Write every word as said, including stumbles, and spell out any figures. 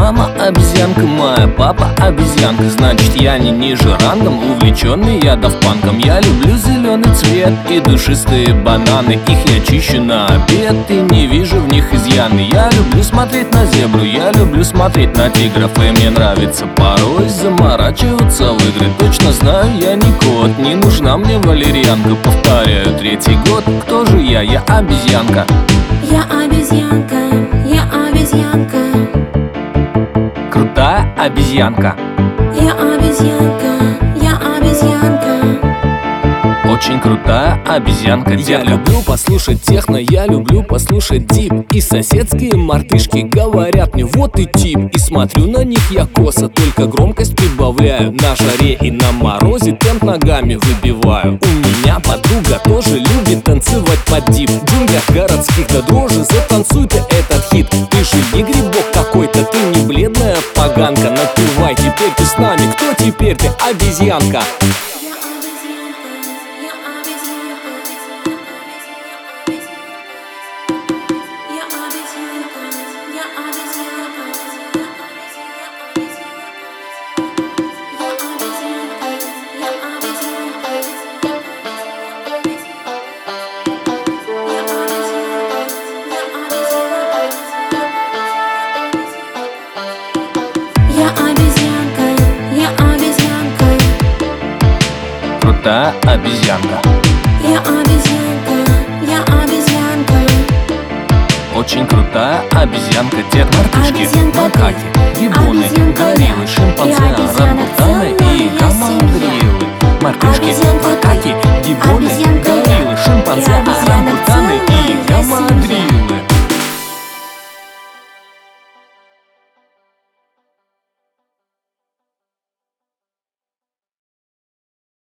Мама обезьянка моя, папа обезьянка. Значит, я не ниже рангом, увлеченный я давпанком. Я люблю зеленый цвет и душистые бананы. Их я чищу на обед и не вижу в них изъяны. Я люблю смотреть на зебру, я люблю смотреть на тигров. И мне нравится порой заморачиваться в игры. Точно знаю, я не кот, не нужна мне валерьянка. Повторяю третий год, кто же я? Я обезьянка. Я обезьянка, я обезьянка. Крутая обезьянка. Я обезьянка, я обезьянка. Очень крутая обезьянка. Я люблю послушать техно, я люблю послушать дип. И соседские мартышки говорят мне: вот и тип. И смотрю на них я косо, только громкость прибавляю. На жаре и на морозе темп ногами выбиваю. У меня подруга тоже любит танцевать под дип. В джунглях городских до дрожи затанцуй ты этот хит. Ты же не грибок какой-то, ты не бледная поганка. Напевай теперь ты с нами, кто теперь ты? Обезьянка. Крутая обезьянка. Я обезьянка, я обезьянка. Очень крутая обезьянка. Дед, мартышки, Обезьянка макаки, ты, гибоны, обезьянка я, гориллы, шимпанзе, и обезьяна орангутаны и целая гамандрилы. Мартышки, Обезьянка ты, макаки, гибоны, обезьянка я, гориллы, шимпанзе, и обезьяна орангутаны и целая гамандрилы.